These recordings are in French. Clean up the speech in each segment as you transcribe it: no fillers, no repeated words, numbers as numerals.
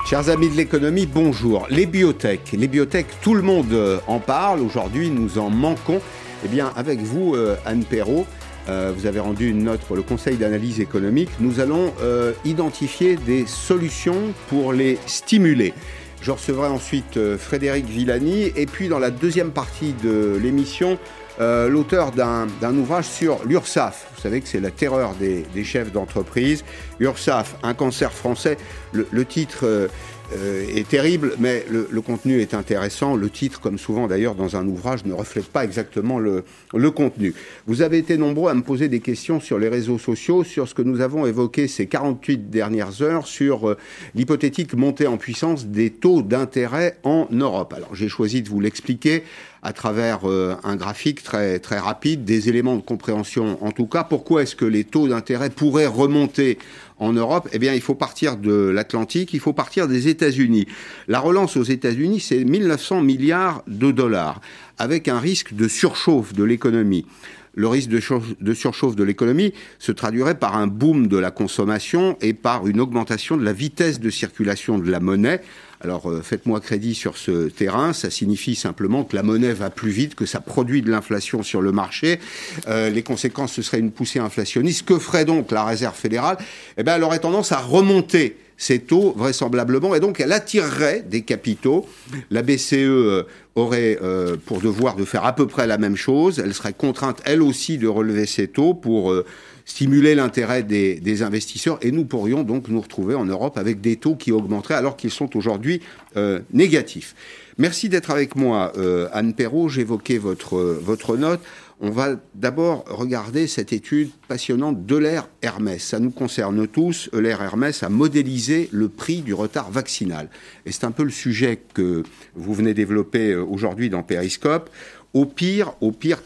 Chers amis de l'économie, bonjour. Les biotech, tout le monde en parle. Aujourd'hui, nous en manquons. Eh bien, avec vous, Anne Perrault, vous avez rendu une note pour le Conseil d'analyse économique. Nous allons identifier des solutions pour les stimuler. Je recevrai ensuite Frédéric Villani. Et puis, dans la deuxième partie de l'émission, l'auteur d'un ouvrage sur l'URSSAF. Vous savez que c'est la terreur des chefs d'entreprise. URSSAF, un cancer français. Le titre est terrible, mais le contenu est intéressant. Le titre, comme souvent d'ailleurs dans un ouvrage, ne reflète pas exactement le contenu. Vous avez été nombreux à me poser des questions sur les réseaux sociaux, sur ce que nous avons évoqué ces 48 dernières heures, sur l'hypothétique montée en puissance des taux d'intérêt en Europe. Alors j'ai choisi de vous l'expliquer à travers un graphique très, très rapide, des éléments de compréhension en tout cas. Pourquoi est-ce que les taux d'intérêt pourraient remonter en Europe? Eh bien, il faut partir de l'Atlantique, il faut partir des États-Unis. La relance aux États-Unis, c'est 1 900 milliards de dollars, avec un risque de surchauffe de l'économie. Le risque de surchauffe de l'économie se traduirait par un boom de la consommation et par une augmentation de la vitesse de circulation de la monnaie. Alors, faites-moi crédit sur ce terrain, ça signifie simplement que la monnaie va plus vite, que ça produit de l'inflation sur le marché. Les conséquences, ce serait une poussée inflationniste. Que ferait donc la Réserve fédérale? Eh bien, elle aurait tendance à remonter ces taux, vraisemblablement, et donc elle attirerait des capitaux. La BCE aurait pour devoir de faire à peu près la même chose. Elle serait contrainte, elle aussi, de relever ses taux pour stimuler l'intérêt des investisseurs, et nous pourrions donc nous retrouver en Europe avec des taux qui augmenteraient alors qu'ils sont aujourd'hui négatifs. Merci d'être avec moi, Anne Perrault. J'évoquais votre note. On va d'abord regarder cette étude passionnante d'Euler Hermès. Ça nous concerne tous. Euler Hermès a modélisé le prix du retard vaccinal. Et c'est un peu le sujet que vous venez développer aujourd'hui dans Périscope. Au pire,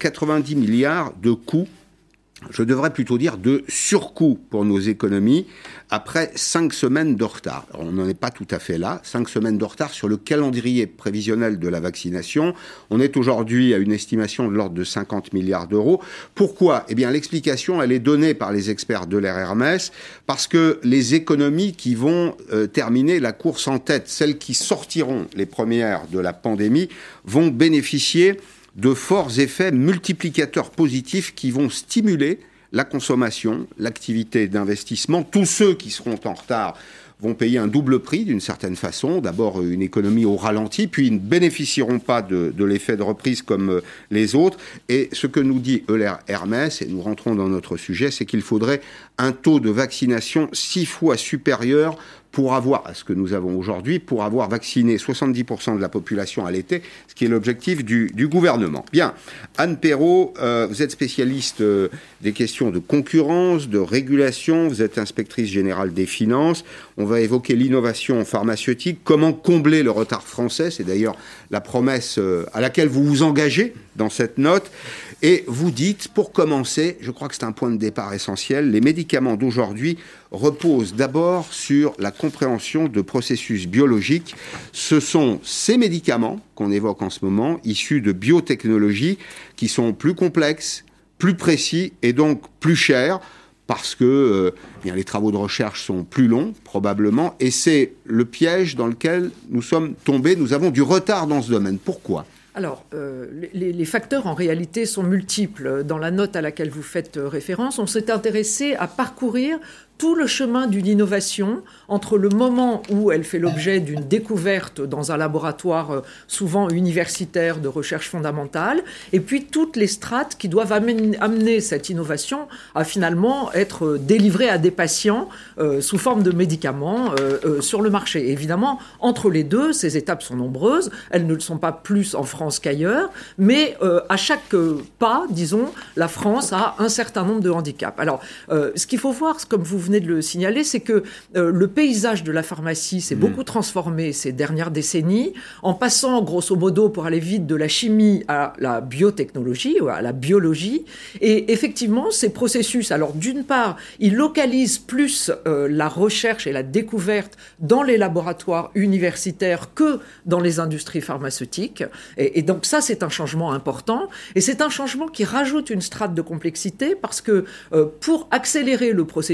90 milliards de coûts, je devrais plutôt dire de surcoût pour nos économies, après 5 semaines de retard. Alors, on n'en est pas tout à fait là, 5 semaines de retard sur le calendrier prévisionnel de la vaccination. On est aujourd'hui à une estimation de l'ordre de 50 milliards d'euros. Pourquoi? Eh bien, l'explication, elle est donnée par les experts d'Euler Hermès, parce que les économies qui vont terminer la course en tête, celles qui sortiront les premières de la pandémie, vont bénéficier de forts effets multiplicateurs positifs qui vont stimuler la consommation, l'activité d'investissement. Tous ceux qui seront en retard vont payer un double prix d'une certaine façon. D'abord une économie au ralenti, puis ils ne bénéficieront pas de l'effet de reprise comme les autres. Et ce que nous dit Euler Hermès, et nous rentrons dans notre sujet, c'est qu'il faudrait un taux de vaccination 6 fois supérieur pour avoir, à ce que nous avons aujourd'hui, pour avoir vacciné 70% de la population à l'été, ce qui est l'objectif du gouvernement. Bien, Anne Perrault, vous êtes spécialiste des questions de concurrence, de régulation, vous êtes inspectrice générale des finances, on va évoquer l'innovation pharmaceutique, comment combler le retard français, c'est d'ailleurs la promesse à laquelle vous vous engagez dans cette note. Et vous dites, pour commencer, je crois que c'est un point de départ essentiel, les médicaments d'aujourd'hui reposent d'abord sur la compréhension de processus biologiques. Ce sont ces médicaments qu'on évoque en ce moment, issus de biotechnologies, qui sont plus complexes, plus précis et donc plus chers, parce que les travaux de recherche sont plus longs, probablement, et c'est le piège dans lequel nous sommes tombés. Nous avons du retard dans ce domaine. Pourquoi ? Alors, les facteurs, en réalité, sont multiples. Dans la note à laquelle vous faites référence, on s'est intéressé à parcourir tout le chemin d'une innovation entre le moment où elle fait l'objet d'une découverte dans un laboratoire souvent universitaire de recherche fondamentale, et puis toutes les strates qui doivent amener cette innovation à finalement être délivrée à des patients sous forme de médicaments sur le marché. Et évidemment, entre les deux, ces étapes sont nombreuses. Elles ne le sont pas plus en France qu'ailleurs, mais à chaque pas, disons, la France a un certain nombre de handicaps. Alors, ce qu'il faut voir, comme vous venez de le signaler, c'est que le paysage de la pharmacie s'est beaucoup transformé ces dernières décennies, en passant, grosso modo, pour aller vite, de la chimie à la biotechnologie, ou à la biologie. Et effectivement, ces processus, alors d'une part, ils localisent plus la recherche et la découverte dans les laboratoires universitaires que dans les industries pharmaceutiques. Et donc ça, c'est un changement important. Et c'est un changement qui rajoute une strate de complexité parce que pour accélérer le processus, il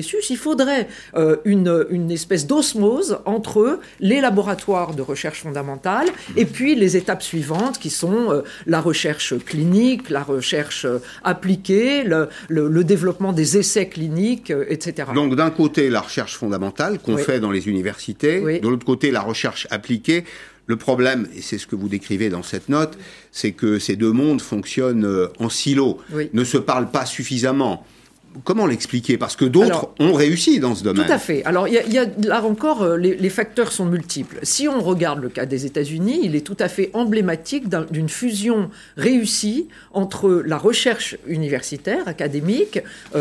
faudrait une espèce d'osmose entre les laboratoires de recherche fondamentale et puis les étapes suivantes qui sont la recherche clinique, la recherche appliquée, le développement des essais cliniques, etc. Donc d'un côté, la recherche fondamentale qu'on fait dans les universités, de l'autre côté, la recherche appliquée. Le problème, et c'est ce que vous décrivez dans cette note, c'est que ces deux mondes fonctionnent en silo, ne se parlent pas suffisamment. Comment l'expliquer? Parce que d'autres ont réussi dans ce domaine. Tout à fait. Alors, il y a là encore, les facteurs sont multiples. Si on regarde le cas des États-Unis, il est tout à fait emblématique d'une fusion réussie entre la recherche universitaire, académique,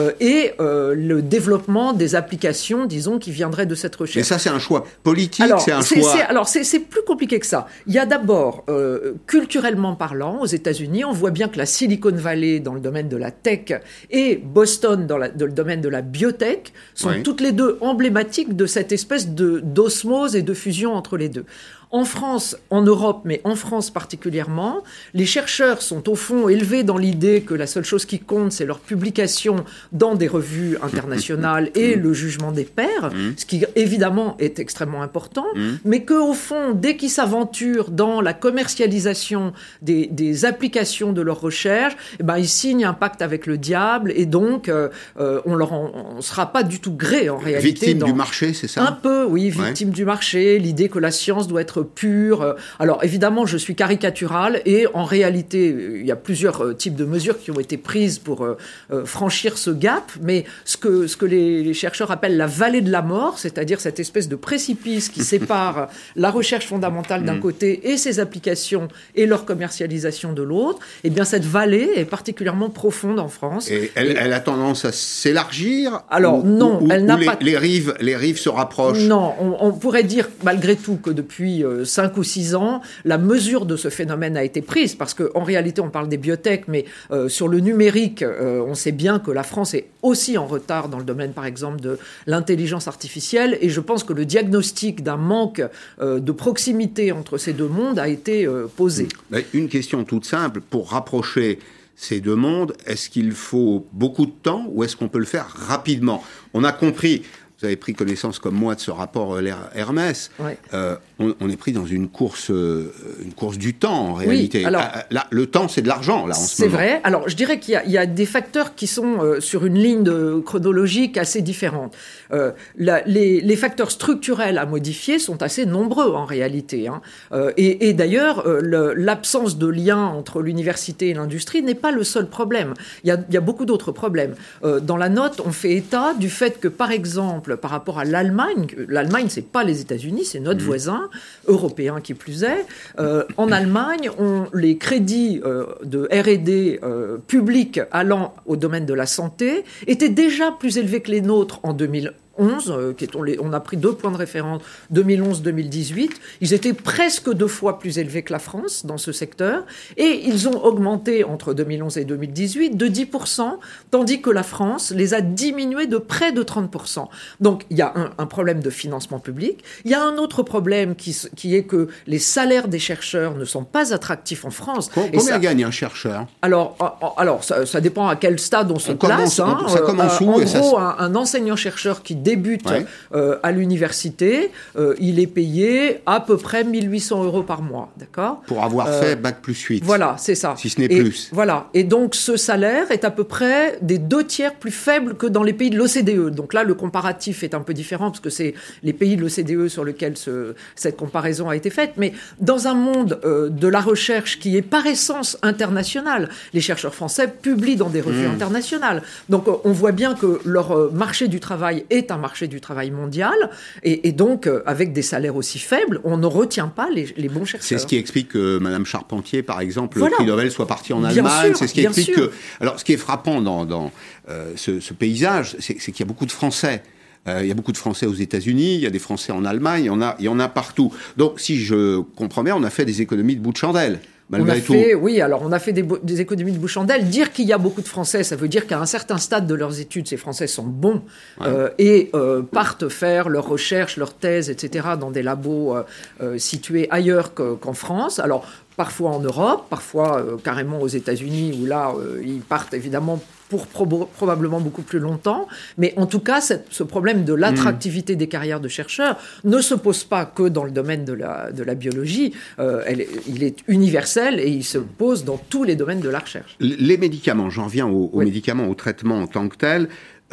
et le développement des applications, disons, qui viendraient de cette recherche. Mais ça, c'est un choix politique, c'est plus compliqué que ça. Il y a d'abord, culturellement parlant, aux États-Unis, on voit bien que la Silicon Valley, dans le domaine de la tech, et Boston, dans le domaine de la biotech, sont toutes les deux emblématiques de cette espèce d'osmose et de fusion entre les deux. En France, en Europe, mais en France particulièrement, les chercheurs sont au fond élevés dans l'idée que la seule chose qui compte, c'est leur publication dans des revues internationales et le jugement des pairs, ce qui évidemment est extrêmement important, mais qu'au fond, dès qu'ils s'aventurent dans la commercialisation des applications de leurs recherches, ils signent un pacte avec le diable et donc on ne sera pas du tout gré en réalité. Victime du marché, c'est ça? Un peu, oui, victime du marché, l'idée que la science doit être pure. Alors évidemment, je suis caricatural et en réalité, il y a plusieurs types de mesures qui ont été prises pour franchir ce gap, mais ce que les chercheurs appellent la vallée de la mort, c'est-à-dire cette espèce de précipice qui sépare la recherche fondamentale d'un côté et ses applications et leur commercialisation de l'autre, eh bien cette vallée est particulièrement profonde en France. Et elle a tendance à s'élargir? Alors non, elle n'a pas... Les rives se rapprochent? Non, on pourrait dire malgré tout que depuis 5 ou 6 ans, la mesure de ce phénomène a été prise, parce qu'en réalité, on parle des biotech, mais sur le numérique, on sait bien que la France est aussi en retard dans le domaine, par exemple, de l'intelligence artificielle, et je pense que le diagnostic d'un manque de proximité entre ces deux mondes a été posé. Une question toute simple, pour rapprocher ces deux mondes, est-ce qu'il faut beaucoup de temps ou est-ce qu'on peut le faire rapidement? On a compris... Vous avez pris connaissance comme moi de ce rapport Hermès. On est pris dans une course du temps en réalité. Oui, alors, là, le temps, c'est de l'argent là en ce moment. C'est vrai. Alors, je dirais qu'il y a des facteurs qui sont sur une ligne chronologique assez différente. Les facteurs structurels à modifier sont assez nombreux en réalité. Et d'ailleurs, l'absence de lien entre l'université et l'industrie n'est pas le seul problème. Il y a beaucoup d'autres problèmes. Dans la note, on fait état du fait que, par exemple, par rapport à l'Allemagne, c'est pas les États-Unis, c'est notre voisin européen qui plus est. En Allemagne, les crédits de R&D publics allant au domaine de la santé étaient déjà plus élevés que les nôtres en 2011. On a pris 2 points de référence 2011-2018, ils étaient presque 2 fois plus élevés que la France dans ce secteur, et ils ont augmenté entre 2011 et 2018 de 10%, tandis que la France les a diminués de près de 30%. Donc il y a un problème de financement public. Il y a un autre problème qui est que les salaires des chercheurs ne sont pas attractifs en France. Combien gagne un chercheur? Alors ça dépend à quel stade on se place. Ça commence où? En gros, un enseignant-chercheur qui débute à l'université, il est payé à peu près 1 800 € par mois, d'accord? Pour avoir fait Bac+8. Voilà, c'est ça. Si ce n'est plus. Voilà. Et donc, ce salaire est à peu près des 2/3 plus faible que dans les pays de l'OCDE. Donc là, le comparatif est un peu différent, parce que c'est les pays de l'OCDE sur lesquels cette comparaison a été faite. Mais dans un monde de la recherche qui est par essence international, les chercheurs français publient dans des revues internationales. Donc, on voit bien que leur marché du travail est un marché du travail mondial, et donc avec des salaires aussi faibles, on ne retient pas les bons chercheurs. C'est ce qui explique que Madame Charpentier, par exemple, le prix Nobel soit parti en Allemagne. C'est ce qui explique que... Alors, ce qui est frappant dans ce paysage, c'est qu'il y a beaucoup de Français. Il y a beaucoup de Français aux États-Unis, il y a des Français en Allemagne, il y en a partout. Donc, si je comprends bien, on a fait des économies de bout de chandelle. Oui, alors on a fait des économies de bouche-chandelle. Dire qu'il y a beaucoup de Français, ça veut dire qu'à un certain stade de leurs études, ces Français sont bons et partent faire leurs recherches, leurs thèses, etc., dans des labos situés ailleurs qu'en France. Alors, parfois en Europe, parfois carrément aux États-Unis, où là, ils partent évidemment pour probablement beaucoup plus longtemps. Mais en tout cas, ce problème de l'attractivité des carrières de chercheurs ne se pose pas que dans le domaine de la biologie. Il est universel et il se pose dans tous les domaines de la recherche. Les médicaments, j'en reviens aux médicaments, au traitement en tant que tel.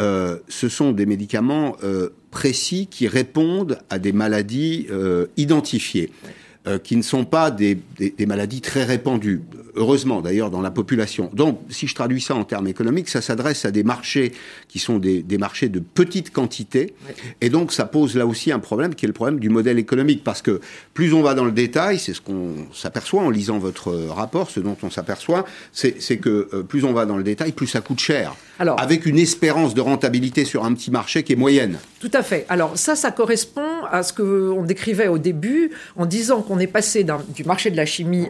Ce sont des médicaments précis qui répondent à des maladies identifiées. Qui ne sont pas des maladies très répandues, heureusement d'ailleurs dans la population. Donc, si je traduis ça en termes économiques, ça s'adresse à des marchés qui sont des marchés de petite quantité, et donc ça pose là aussi un problème qui est le problème du modèle économique, parce que plus on va dans le détail, c'est ce qu'on s'aperçoit en lisant votre rapport, ce dont on s'aperçoit, c'est que plus on va dans le détail, plus ça coûte cher. Alors, avec une espérance de rentabilité sur un petit marché qui est moyenne. Tout à fait. Alors ça correspond à ce qu'on décrivait au début en disant qu'on est passé du marché de la chimie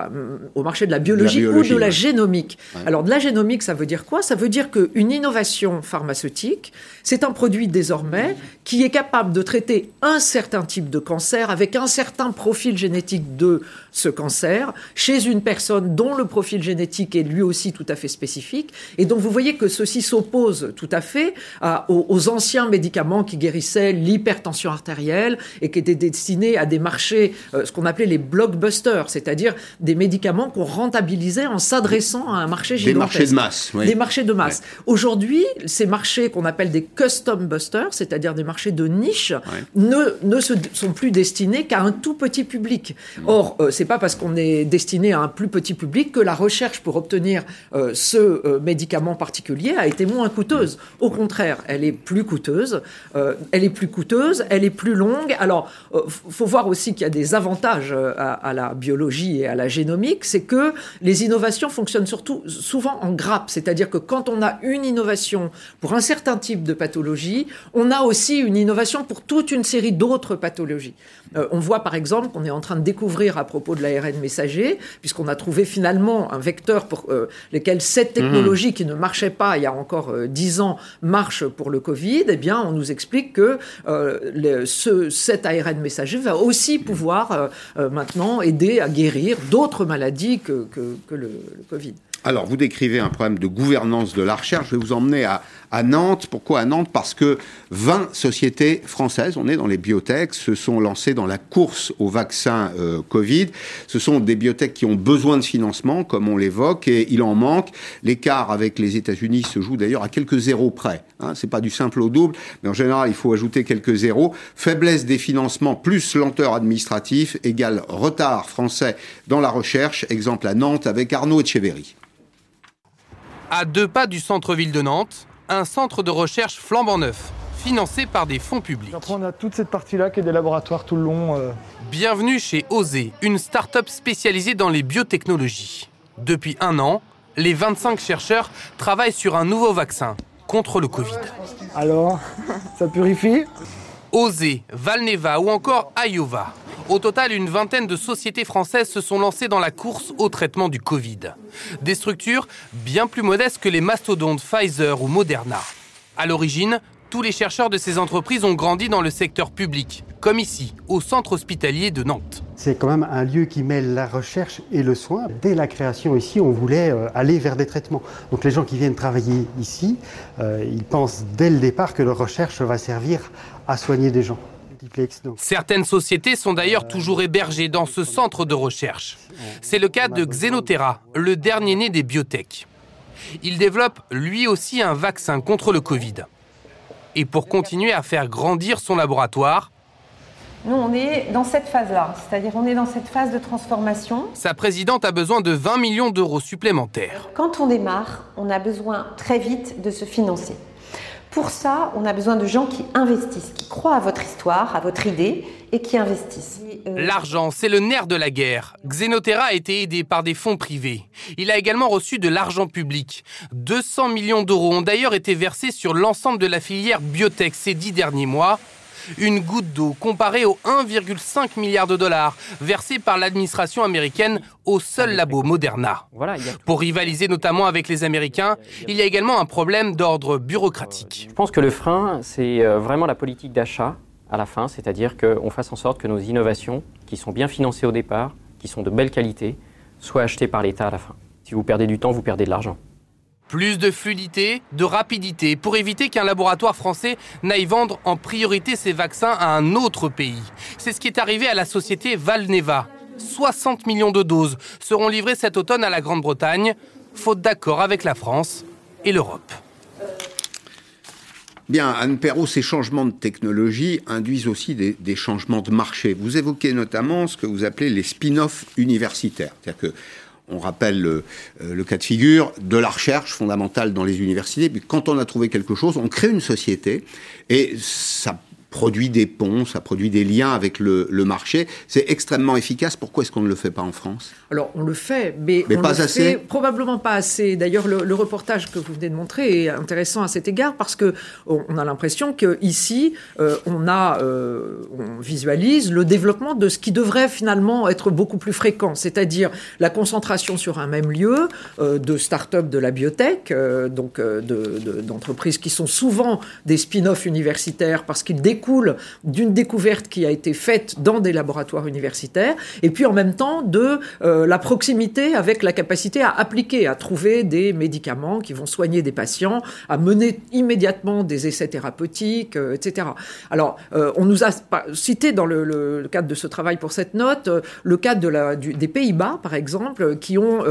au marché de la biologie ou de la génomique. Ouais. Alors de la génomique, ça veut dire quoi ? Ça veut dire qu'une innovation pharmaceutique, c'est un produit désormais qui est capable de traiter un certain type de cancer avec un certain profil génétique de ce cancer chez une personne dont le profil génétique est lui aussi tout à fait spécifique. Et donc vous voyez que ceci s'oppose tout à fait aux anciens médicaments qui guérissaient l'hypertension artérielle et qui étaient destinés à des marchés, ce qu'on appelait les blockbusters, c'est-à-dire des médicaments qu'on rentabilisait en s'adressant à un marché gigantesque. Des marchés de masse. Oui. Des marchés de masse. Ouais. Aujourd'hui, ces marchés qu'on appelle des custom busters, c'est-à-dire des marchés de niche, ne sont plus destinés qu'à un tout petit public. Or, c'est pas parce qu'on est destiné à un plus petit public que la recherche pour obtenir ce médicament particulier a été moins coûteuse. Au contraire, elle est plus coûteuse, elle est plus longue. Alors, faut voir aussi qu'il y a des avantages à la biologie et à la génomique, c'est que les innovations fonctionnent souvent en grappe, c'est-à-dire que quand on a une innovation pour un certain type de pathologie, on a aussi une innovation pour toute une série d'autres pathologies. On voit par exemple qu'on est en train de découvrir à propos de l'ARN messager, puisqu'on a trouvé finalement un vecteur pour lequel cette technologie qui ne marchait pas il y a encore 10 ans marche pour le Covid, eh bien on nous explique que cet ARN messager va aussi pouvoir maintenant aider à guérir d'autres maladies que le Covid. Alors, vous décrivez un problème de gouvernance de la recherche. Je vais vous emmener à Nantes. Pourquoi à Nantes ? Parce que 20 sociétés françaises, on est dans les biotech, se sont lancées dans la course au vaccin Covid. Ce sont des biotech qui ont besoin de financement, comme on l'évoque, et il en manque. L'écart avec les États-Unis se joue d'ailleurs à quelques zéros près. C'est pas du simple au double, mais en général, il faut ajouter quelques zéros. Faiblesse des financements plus lenteur administrative égale retard français dans la recherche. Exemple à Nantes avec Arnaud Etcheverry. À 2 pas du centre-ville de Nantes, un centre de recherche flambant neuf, financé par des fonds publics. Après, on a toute cette partie-là qui est des laboratoires tout le long. Bienvenue chez OSE, une start-up spécialisée dans les biotechnologies. Depuis 1 an, les 25 chercheurs travaillent sur un nouveau vaccin contre le Covid. Alors, ça purifie ? OSE, Valneva ou encore Iova. Au total, une vingtaine de sociétés françaises se sont lancées dans la course au traitement du Covid. Des structures bien plus modestes que les mastodontes Pfizer ou Moderna. À l'origine, tous les chercheurs de ces entreprises ont grandi dans le secteur public, comme ici, au centre hospitalier de Nantes. C'est quand même un lieu qui mêle la recherche et le soin. Dès la création ici, on voulait aller vers des traitements. Donc les gens qui viennent travailler ici, ils pensent dès le départ que leur recherche va servir à soigner des gens. Certaines sociétés sont d'ailleurs toujours hébergées dans ce centre de recherche. C'est le cas de Xenotera, le dernier né des biotech. Il développe lui aussi un vaccin contre le Covid. Et pour continuer à faire grandir son laboratoire, nous, on est dans cette phase-là, c'est-à-dire on est dans cette phase de transformation. Sa présidente a besoin de 20 millions d'euros supplémentaires. Quand on démarre, on a besoin très vite de se financer. Pour ça, on a besoin de gens qui investissent, qui croient à votre histoire, à votre idée et qui investissent. L'argent, c'est le nerf de la guerre. Xenotera a été aidé par des fonds privés. Il a également reçu de l'argent public. 200 millions d'euros ont d'ailleurs été versés sur l'ensemble de la filière biotech ces 10 derniers mois. Une goutte d'eau comparée aux 1,5 milliard de dollars versés par l'administration américaine au seul labo Moderna. Pour rivaliser notamment avec les Américains, il y a également un problème d'ordre bureaucratique. Je pense que le frein, c'est vraiment la politique d'achat à la fin, c'est-à-dire qu'on fasse en sorte que nos innovations, qui sont bien financées au départ, qui sont de belle qualité soient achetés par l'État à la fin. Si vous perdez du temps, vous perdez de l'argent. Plus de fluidité, de rapidité, pour éviter qu'un laboratoire français n'aille vendre en priorité ses vaccins à un autre pays. C'est ce qui est arrivé à la société Valneva. 60 millions de doses seront livrées cet automne à la Grande-Bretagne, faute d'accord avec la France et l'Europe. Bien, Anne Perrault, ces changements de technologie induisent aussi des changements de marché. Vous évoquez notamment ce que vous appelez les spin-offs universitaires. C'est-à-dire que on rappelle le cas de figure de la recherche fondamentale dans les universités. Puis quand on a trouvé quelque chose, on crée une société et ça produit des ponts, ça produit des liens avec le marché. C'est extrêmement efficace. Pourquoi est-ce qu'on ne le fait pas en France ? Alors, on le fait, mais on pas le assez. fait probablement pas assez. D'ailleurs, le reportage que vous venez de montrer est intéressant à cet égard parce que on a l'impression qu'ici, on visualise le développement de ce qui devrait finalement être beaucoup plus fréquent, c'est-à-dire la concentration sur un même lieu de start-up de la biotech, d'entreprises qui sont souvent des spin-offs universitaires parce qu'ils découlent d'une découverte qui a été faite dans des laboratoires universitaires, et puis en même temps de la proximité avec la capacité à appliquer, à trouver des médicaments qui vont soigner des patients, à mener immédiatement des essais thérapeutiques, etc. Alors, on nous a cité dans le cadre de ce travail pour cette note, le cas des Pays-Bas, par exemple, qui ont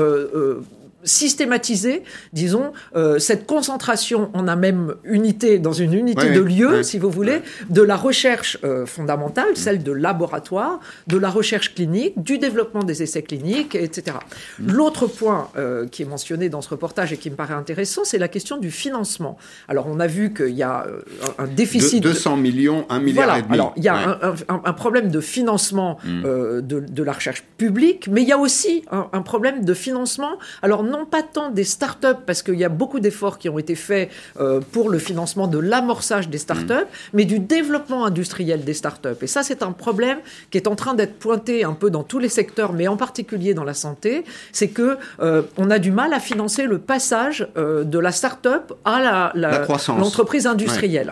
systématiser, disons, cette concentration en une même unité, dans une unité de lieu, si vous voulez, de la recherche fondamentale, celle de laboratoire, de la recherche clinique, du développement des essais cliniques, etc. L'autre point qui est mentionné dans ce reportage et qui me paraît intéressant, c'est la question du financement. Alors, on a vu qu'il y a un déficit... 200 millions, 1 milliard et demi. Alors, il y a un problème de financement de la recherche publique, mais il y a aussi un problème de financement. Alors, non pas tant des start-up, parce qu'il y a beaucoup d'efforts qui ont été faits pour le financement de l'amorçage des start-up, mais du développement industriel des start-up. Et ça, c'est un problème qui est en train d'être pointé un peu dans tous les secteurs, mais en particulier dans la santé, c'est que on a du mal à financer le passage de la start-up à l'entreprise industrielle.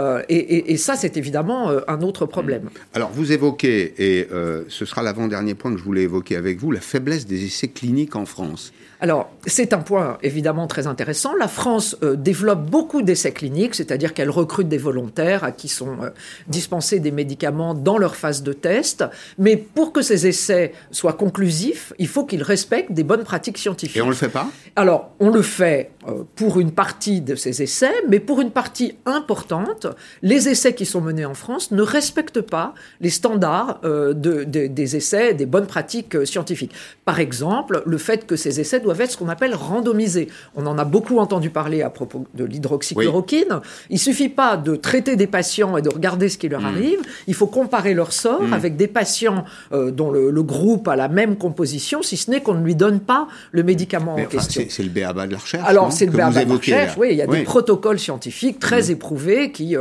Et ça, c'est évidemment un autre problème. Alors, vous évoquez, et ce sera l'avant-dernier point que je voulais évoquer avec vous, la faiblesse des essais cliniques en France. Alors, c'est un point évidemment très intéressant. La France développe beaucoup d'essais cliniques, c'est-à-dire qu'elle recrute des volontaires à qui sont dispensés des médicaments dans leur phase de test. Mais pour que ces essais soient conclusifs, il faut qu'ils respectent des bonnes pratiques scientifiques. Et on ne le fait pas ? Alors, on le fait pour une partie de ces essais, mais pour une partie importante, les essais qui sont menés en France ne respectent pas les standards des essais, des bonnes pratiques scientifiques. Par exemple, le fait que ces essais doivent être ce qu'on appelle randomisés. On en a beaucoup entendu parler à propos de l'hydroxychloroquine. Oui. Il ne suffit pas de traiter des patients et de regarder ce qui leur arrive. Il faut comparer leur sort avec des patients dont le groupe a la même composition, si ce n'est qu'on ne lui donne pas le médicament en question. C'est le b.a.-ba de la recherche. Alors, c'est le b.a.-ba de la recherche, oui. Il y a des protocoles scientifiques très éprouvés qui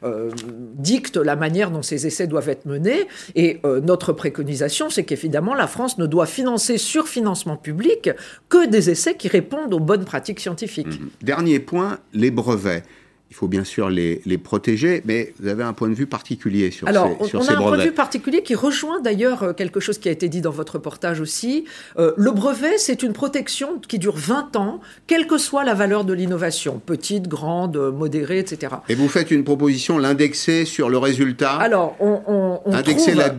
dictent la manière dont ces essais doivent être menés. Et notre préconisation, c'est qu'évidemment, la France ne doit financer sur financement public que des essais qui répondent aux bonnes pratiques scientifiques. Dernier point, les brevets. Il faut bien sûr les protéger, mais vous avez un point de vue particulier sur ces brevets. Alors, on a un point de vue particulier qui rejoint d'ailleurs quelque chose qui a été dit dans votre reportage aussi. Le brevet, c'est une protection qui dure 20 ans, quelle que soit la valeur de l'innovation, petite, grande, modérée, etc. Et vous faites une proposition, l'indexer sur le résultat. Alors, on indexer trouve...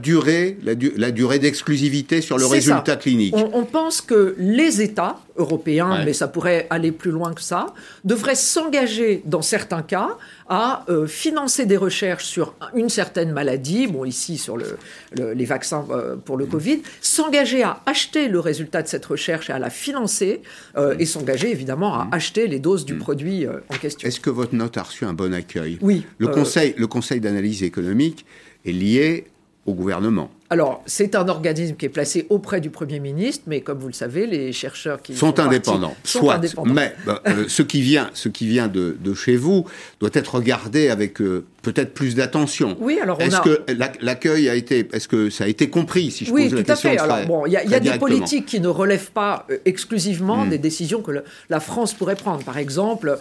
la durée d'exclusivité sur le résultat clinique. On pense que les États européens, mais ça pourrait aller plus loin que ça, devraient s'engager dans certains cas à financer des recherches sur une certaine maladie, bon ici sur les vaccins pour le Covid, s'engager à acheter le résultat de cette recherche et à la financer, et s'engager évidemment à acheter les doses du produit en question. Est-ce que votre note a reçu un bon accueil ? Oui. Le Conseil d'analyse économique est lié au gouvernement. Alors, c'est un organisme qui est placé auprès du Premier ministre, mais comme vous le savez, les chercheurs qui sont indépendants. Mais ce qui vient de chez vous doit être regardé avec peut-être plus d'attention. Oui, alors que l'accueil est-ce que ça a été compris, si je pose la question ? Oui, tout à fait. Alors bon, il y a des politiques qui ne relèvent pas exclusivement des décisions que la France pourrait prendre. Par exemple,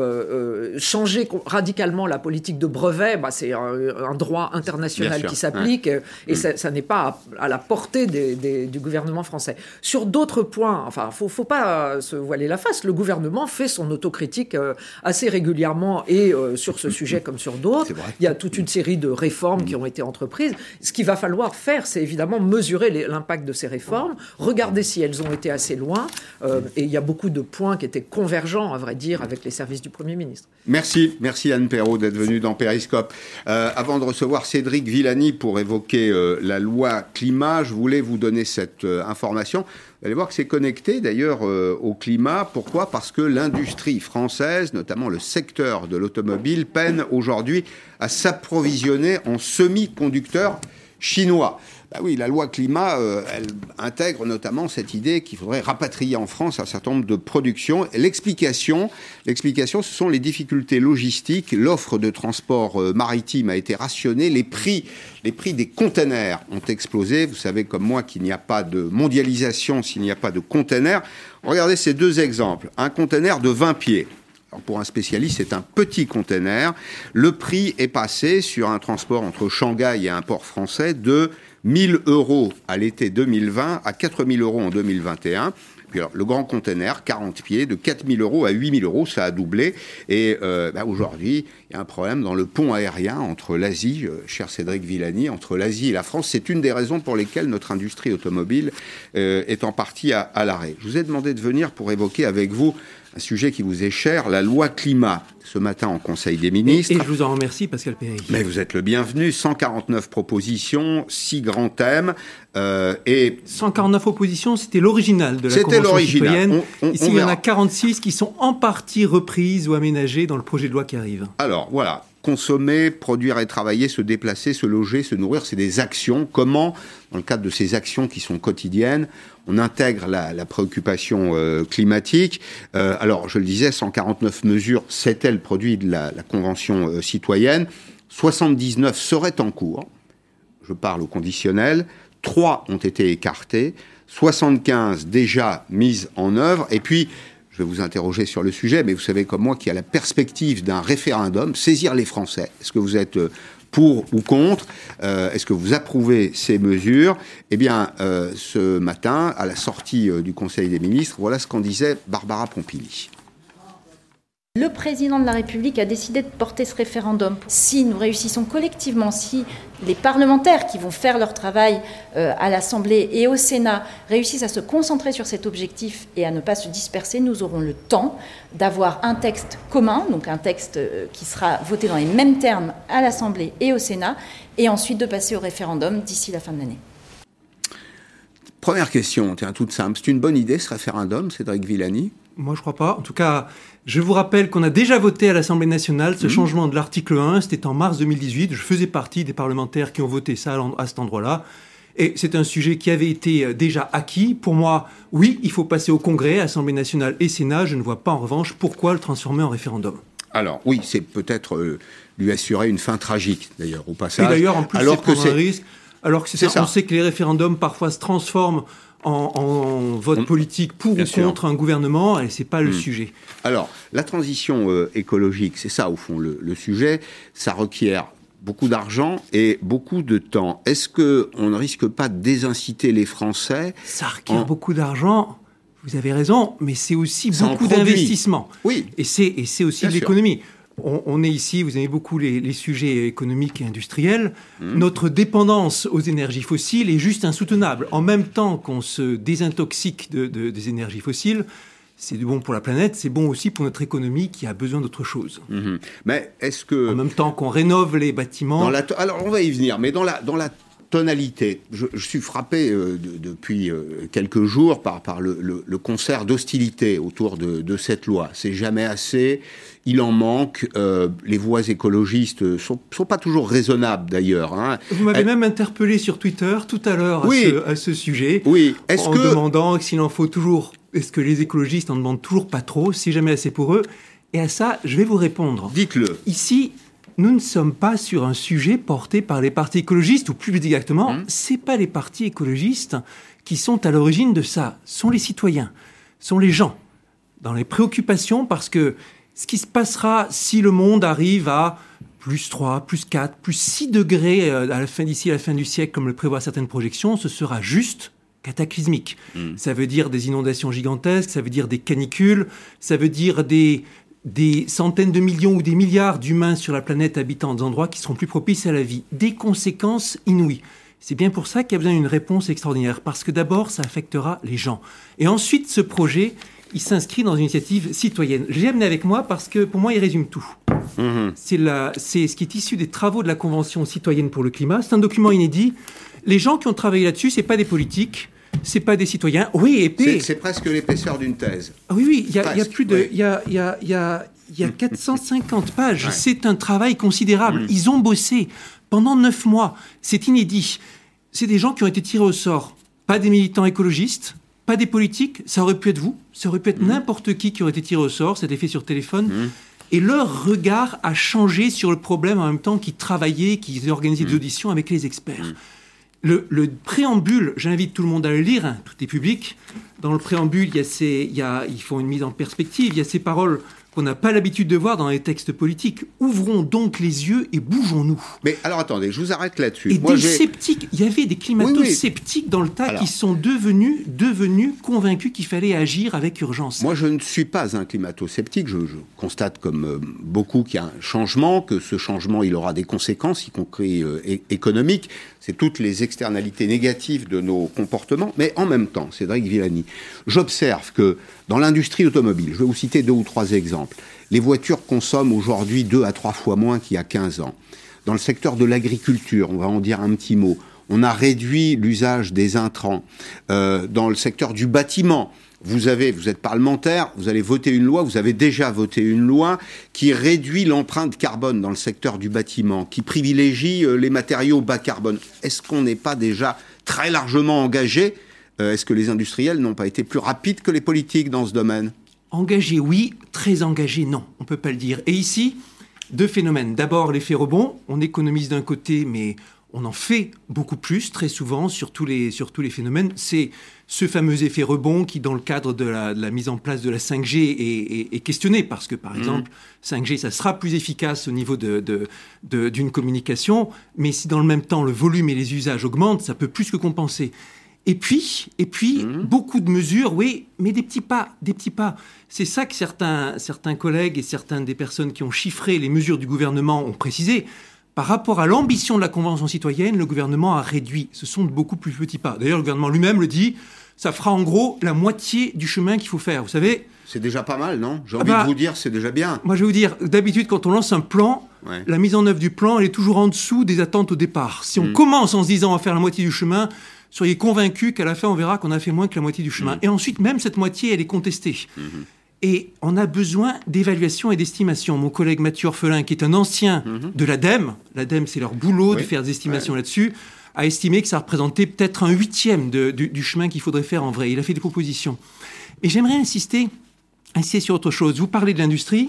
changer radicalement la politique de brevet, c'est un droit international qui s'applique, et ça n'est pas à la portée du gouvernement français. Sur d'autres points, enfin, faut pas se voiler la face. Le gouvernement fait son autocritique assez régulièrement et sur ce sujet comme sur d'autres. Il y a toute une série de réformes qui ont été entreprises. Ce qu'il va falloir faire, c'est évidemment mesurer l'impact de ces réformes, regarder si elles ont été assez loin. Et il y a beaucoup de points qui étaient convergents, à vrai dire, avec les services du Premier ministre. Merci Anne Perrault d'être venue dans Périscope. Avant de recevoir Cédric Villani pour évoquer la loi climat, je voulais vous donner cette information. Vous allez voir que c'est connecté d'ailleurs au climat. Pourquoi ? Parce que l'industrie française, notamment le secteur de l'automobile, peine aujourd'hui à s'approvisionner en semi-conducteurs chinois. Bah oui, la loi climat, elle intègre notamment cette idée qu'il faudrait rapatrier en France un certain nombre de productions. L'explication, ce sont les difficultés logistiques. L'offre de transport maritime a été rationnée. Les prix des containers ont explosé. Vous savez comme moi qu'il n'y a pas de mondialisation s'il n'y a pas de containers. Regardez ces deux exemples. Un container de 20 pieds. Alors pour un spécialiste, c'est un petit container. Le prix est passé sur un transport entre Shanghai et un port français de 1 000 € à l'été 2020 à 4 000 € en 2021. Puis alors, le grand container, 40 pieds, de 4 000 € à 8 000 €, ça a doublé. Et aujourd'hui, il y a un problème dans le pont aérien entre l'Asie, cher Cédric Villani, entre l'Asie et la France. C'est une des raisons pour lesquelles notre industrie automobile est en partie à l'arrêt. Je vous ai demandé de venir pour évoquer avec vous un sujet qui vous est cher, la loi climat, ce matin en Conseil des ministres. Et je vous en remercie, Pascal Péry. Mais vous êtes le bienvenu. 149 propositions, 6 grands thèmes. Et 149 propositions, c'était l'original de la Convention citoyenne. Ici, il y en a 46 qui sont en partie reprises ou aménagées dans le projet de loi qui arrive. Alors, voilà. Consommer, produire et travailler, se déplacer, se loger, se nourrir, c'est des actions. Comment, dans le cadre de ces actions qui sont quotidiennes, on intègre la préoccupation climatique. Alors, je le disais, 149 mesures, c'était le produit de la Convention citoyenne. 79 seraient en cours. Je parle au conditionnel. 3 ont été écartés. 75 déjà mises en œuvre. Et puis, je vais vous interroger sur le sujet, mais vous savez comme moi qu'il y a la perspective d'un référendum, saisir les Français. Est-ce que vous êtes pour ou contre ? Est-ce que vous approuvez ces mesures ? Eh bien, ce matin, à la sortie du Conseil des ministres, voilà ce qu'en disait Barbara Pompili. Le président de la République a décidé de porter ce référendum. Si nous réussissons collectivement, si les parlementaires qui vont faire leur travail à l'Assemblée et au Sénat réussissent à se concentrer sur cet objectif et à ne pas se disperser, nous aurons le temps d'avoir un texte commun, donc un texte qui sera voté dans les mêmes termes à l'Assemblée et au Sénat, et ensuite de passer au référendum d'ici la fin de l'année. Première question, tiens, toute simple. C'est une bonne idée ce référendum, Cédric Villani ? Moi, je crois pas. En tout cas, je vous rappelle qu'on a déjà voté à l'Assemblée nationale ce changement de l'article 1. C'était en mars 2018. Je faisais partie des parlementaires qui ont voté ça à cet endroit-là. Et c'est un sujet qui avait été déjà acquis. Pour moi, oui, il faut passer au Congrès, Assemblée nationale et Sénat. Je ne vois pas en revanche pourquoi le transformer en référendum. Alors, oui, c'est peut-être lui assurer une fin tragique, d'ailleurs, au passage. Et d'ailleurs, en plus, alors c'est prendre un risque. Alors que c'est ça. On sait que les référendums, parfois, se transforment en vote politique pour ou contre un gouvernement, et c'est pas le sujet. Alors, la transition écologique, c'est ça, au fond, le sujet. Ça requiert beaucoup d'argent et beaucoup de temps. Est-ce qu'on ne risque pas de désinciter les Français ? Ça requiert beaucoup d'argent, vous avez raison, mais c'est aussi beaucoup d'investissement. Oui. Et c'est aussi de l'économie. On est ici, vous aimez beaucoup les sujets économiques et industriels. Notre dépendance aux énergies fossiles est juste insoutenable. En même temps qu'on se désintoxique des énergies fossiles, c'est bon pour la planète, c'est bon aussi pour notre économie qui a besoin d'autre chose. Mais est-ce que... En même temps qu'on rénove les bâtiments... Alors, on va y venir, mais dans la tonalité, je suis frappé depuis quelques jours par le concert d'hostilité autour de cette loi. C'est jamais assez... Il en manque. Les voix écologistes sont pas toujours raisonnables, d'ailleurs. Hein. Vous m'avez même interpellé sur Twitter tout à l'heure à ce sujet, en demandant s'il en faut toujours... Est-ce que les écologistes en demandent toujours pas trop, si jamais assez pour eux ? Et à ça, je vais vous répondre. Dites-le. Ici, nous ne sommes pas sur un sujet porté par les partis écologistes, ou plus exactement, c'est pas les partis écologistes qui sont à l'origine de ça. Sont les citoyens, sont les gens, dans les préoccupations, parce que ce qui se passera si le monde arrive à plus 3, plus 4, plus 6 degrés d'ici à la fin du siècle, comme le prévoient certaines projections, ce sera juste cataclysmique. Ça veut dire des inondations gigantesques, ça veut dire des canicules, ça veut dire des centaines de millions ou des milliards d'humains sur la planète habitant des endroits qui seront plus propices à la vie. Des conséquences inouïes. C'est bien pour ça qu'il y a besoin d'une réponse extraordinaire, parce que d'abord, ça affectera les gens. Et ensuite, ce projet, il s'inscrit dans une initiative citoyenne. Je l'ai amené avec moi parce que, pour moi, il résume tout. C'est ce qui est issu des travaux de la Convention citoyenne pour le climat. C'est un document inédit. Les gens qui ont travaillé là-dessus, c'est pas des politiques, c'est pas des citoyens. Oui, épais. C'est presque l'épaisseur d'une thèse. Ah oui, il y a plus de... Il y a 450 pages. Ouais. C'est un travail considérable. Ils ont bossé pendant 9 mois. C'est inédit. C'est des gens qui ont été tirés au sort. Pas des militants écologistes, pas des politiques. Ça aurait pu être vous. Ça aurait pu être n'importe qui aurait été tiré au sort. C'était fait sur téléphone. Et leur regard a changé sur le problème en même temps qu'ils travaillaient, qu'ils organisaient des auditions avec les experts. Le préambule, j'invite tout le monde à le lire, hein, tout est public. Dans le préambule, ils font une mise en perspective, il y a ces paroles qu'on n'a pas l'habitude de voir dans les textes politiques. Ouvrons donc les yeux et bougeons-nous. Mais alors attendez, je vous arrête là-dessus. Et des sceptiques, il y avait des climato-sceptiques dans le tas qui sont devenus convaincus qu'il fallait agir avec urgence. Moi, je ne suis pas un climato-sceptique. Je constate comme beaucoup qu'il y a un changement, que ce changement, il aura des conséquences, y compris économiques. C'est toutes les externalités négatives de nos comportements. Mais en même temps, Cédric Villani, j'observe que dans l'industrie automobile, je vais vous citer 2 ou 3 exemples, les voitures consomment aujourd'hui 2 à 3 fois moins qu'il y a 15 ans. Dans le secteur de l'agriculture, on va en dire un petit mot, on a réduit l'usage des intrants. Dans le secteur du bâtiment, vous êtes parlementaire, vous allez voter une loi, vous avez déjà voté une loi qui réduit l'empreinte carbone dans le secteur du bâtiment, qui privilégie les matériaux bas carbone. Est-ce qu'on n'est pas déjà très largement engagé ? Est-ce que les industriels n'ont pas été plus rapides que les politiques dans ce domaine ? Engagés, oui. Très engagés, non. On ne peut pas le dire. Et ici, 2 phénomènes. D'abord, l'effet rebond. On économise d'un côté, mais on en fait beaucoup plus, très souvent, sur tous les phénomènes. C'est ce fameux effet rebond qui, dans le cadre de la mise en place de la 5G, est questionné. Parce que, par exemple, 5G, ça sera plus efficace au niveau d'une communication. Mais si, dans le même temps, le volume et les usages augmentent, ça peut plus que compenser. Et puis, beaucoup de mesures, oui, mais des petits pas. C'est ça que certains collègues et certaines des personnes qui ont chiffré les mesures du gouvernement ont précisé. Par rapport à l'ambition de la Convention citoyenne, le gouvernement a réduit. Ce sont de beaucoup plus petits pas. D'ailleurs, le gouvernement lui-même le dit, ça fera en gros la moitié du chemin qu'il faut faire. Vous savez... C'est déjà pas mal, non ? J'ai envie de vous dire, c'est déjà bien. Moi, je vais vous dire, d'habitude, quand on lance un plan, la mise en œuvre du plan, elle est toujours en dessous des attentes au départ. Si on commence en se disant on va faire la moitié du chemin... Soyez convaincus qu'à la fin, on verra qu'on a fait moins que la moitié du chemin. Et ensuite, même cette moitié, elle est contestée. Et on a besoin d'évaluation et d'estimation. Mon collègue Mathieu Orphelin, qui est un ancien de l'ADEME, c'est leur boulot de faire des estimations là-dessus, a estimé que ça représentait peut-être un 8e du chemin qu'il faudrait faire en vrai. Il a fait des propositions. Mais j'aimerais insister sur autre chose. Vous parlez de l'industrie.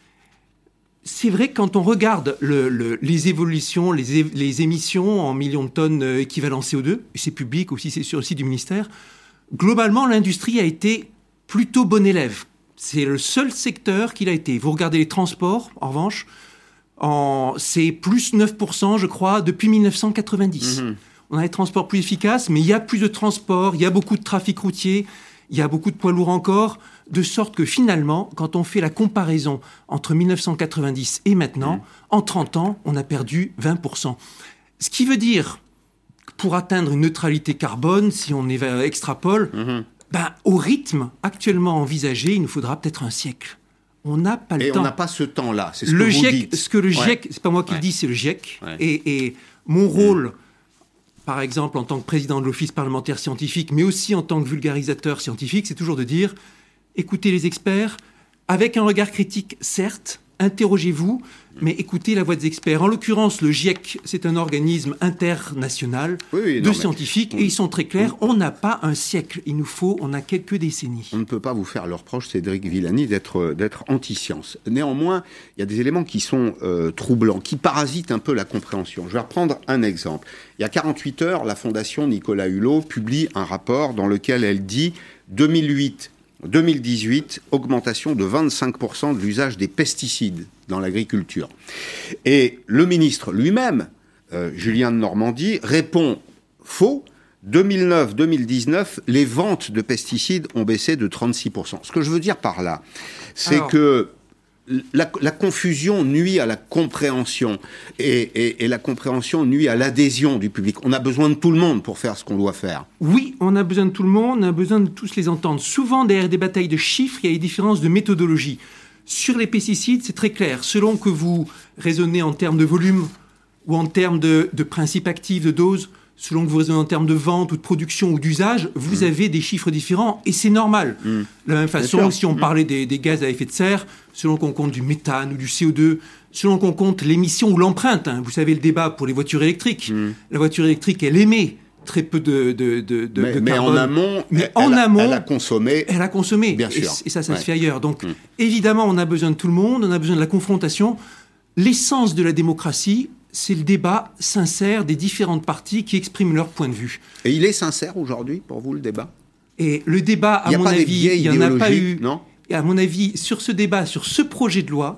C'est vrai que quand on regarde les évolutions, les émissions en millions de tonnes équivalent CO2, et c'est public aussi, c'est sur le site du ministère, globalement, l'industrie a été plutôt bon élève. C'est le seul secteur qu'il a été. Vous regardez les transports, en revanche, c'est plus 9%, je crois, depuis 1990. On a des transports plus efficaces, mais il y a plus de transports, il y a beaucoup de trafic routier, il y a beaucoup de poids lourds encore, de sorte que finalement, quand on fait la comparaison entre 1990 et maintenant, en 30 ans, on a perdu 20%. Ce qui veut dire, pour atteindre une neutralité carbone, si on extrapole, au rythme actuellement envisagé, il nous faudra peut-être un siècle. On n'a pas le temps. Et on n'a pas ce temps-là, c'est ce que vous dites. Ce que le GIEC, c'est pas moi qui le dis, c'est le GIEC. Et mon rôle... Par exemple, en tant que président de l'Office parlementaire scientifique, mais aussi en tant que vulgarisateur scientifique, c'est toujours de dire, écoutez les experts, avec un regard critique, certes, interrogez-vous, mais écoutez la voix des experts. En l'occurrence, le GIEC, c'est un organisme international de scientifiques, et ils sont très clairs, on n'a pas un siècle, on a quelques décennies. On ne peut pas vous faire le reproche, Cédric Villani, d'être anti-science. Néanmoins, il y a des éléments qui sont troublants, qui parasitent un peu la compréhension. Je vais reprendre un exemple. Il y a 48 heures, la Fondation Nicolas Hulot publie un rapport dans lequel elle dit 2008, 2018, augmentation de 25% de l'usage des pesticides dans l'agriculture. Et le ministre lui-même, Julien de Normandie, répond faux. 2009-2019, les ventes de pesticides ont baissé de 36%. Ce que je veux dire par là, c'est que la confusion nuit à la compréhension et la compréhension nuit à l'adhésion du public. On a besoin de tout le monde pour faire ce qu'on doit faire. Oui, on a besoin de tout le monde, on a besoin de tous les entendre. Souvent, derrière des batailles de chiffres, il y a des différences de méthodologie. Sur les pesticides, c'est très clair. Selon que vous raisonnez en termes de volume ou en termes de principe actif, de dose, selon que vous raisonnez en termes de vente ou de production ou d'usage, vous avez des chiffres différents et c'est normal. De la même façon, si on parlait des gaz à effet de serre, selon qu'on compte du méthane ou du CO2, selon qu'on compte l'émission ou l'empreinte, vous savez le débat pour les voitures électriques. La voiture électrique, elle émet très peu de carbone. Mais en amont, elle a consommé. Elle a consommé. Bien sûr. Et ça se fait ailleurs. Donc, évidemment, on a besoin de tout le monde, on a besoin de la confrontation. L'essence de la démocratie, c'est le débat sincère des différentes parties qui expriment leur point de vue. Et il est sincère aujourd'hui, pour vous, le débat ? Et le débat, à mon avis, il n'y en a pas eu. Non ? Et à mon avis, sur ce débat, sur ce projet de loi,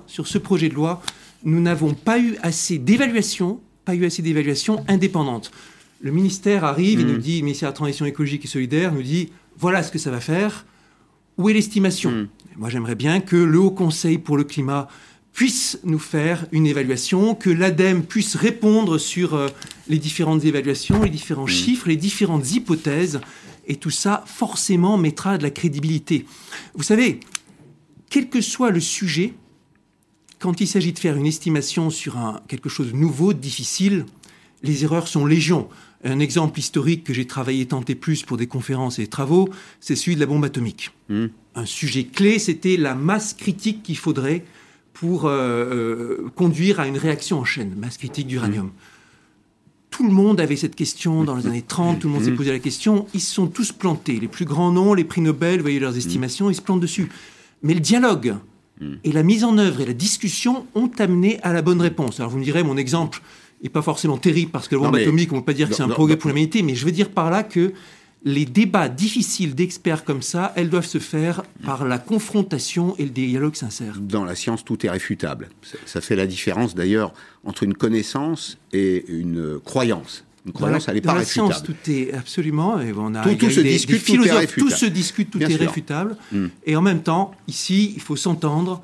nous n'avons pas eu assez d'évaluation indépendante. Le ministère arrive et nous dit, le ministère de la Transition écologique et solidaire nous dit, voilà ce que ça va faire. Où est l'estimation ? Moi, j'aimerais bien que le Haut Conseil pour le climat puisse nous faire une évaluation, que l'ADEME puisse répondre sur les différentes évaluations, les différents chiffres, les différentes hypothèses, et tout ça, forcément, mettra de la crédibilité. Vous savez, quel que soit le sujet, quand il s'agit de faire une estimation sur quelque chose de nouveau, de difficile, les erreurs sont légion. Un exemple historique que j'ai travaillé tant et plus pour des conférences et des travaux, c'est celui de la bombe atomique. Un sujet clé, c'était la masse critique qu'il faudrait pour conduire à une réaction en chaîne, masse critique d'uranium. Tout le monde avait cette question dans les années 30, tout le monde s'est posé la question, ils se sont tous plantés. Les plus grands noms, les prix Nobel, vous voyez leurs estimations, ils se plantent dessus. Mais le dialogue et la mise en œuvre et la discussion ont amené à la bonne réponse. Alors vous me direz, mon exemple n'est pas forcément terrible parce que la bombe atomique, on ne peut pas dire que c'est un progrès pour l'humanité, mais je veux dire par là que les débats difficiles d'experts comme ça, elles doivent se faire par la confrontation et le dialogue sincère. Dans la science, tout est réfutable. Ça fait la différence, d'ailleurs, entre une connaissance et une croyance. Une croyance, elle n'est pas réfutable. Dans la science, tout est absolument... Et on a tout se discute, tout est réfutable. Tout se discute, tout est réfutable. Et en même temps, ici, il faut s'entendre.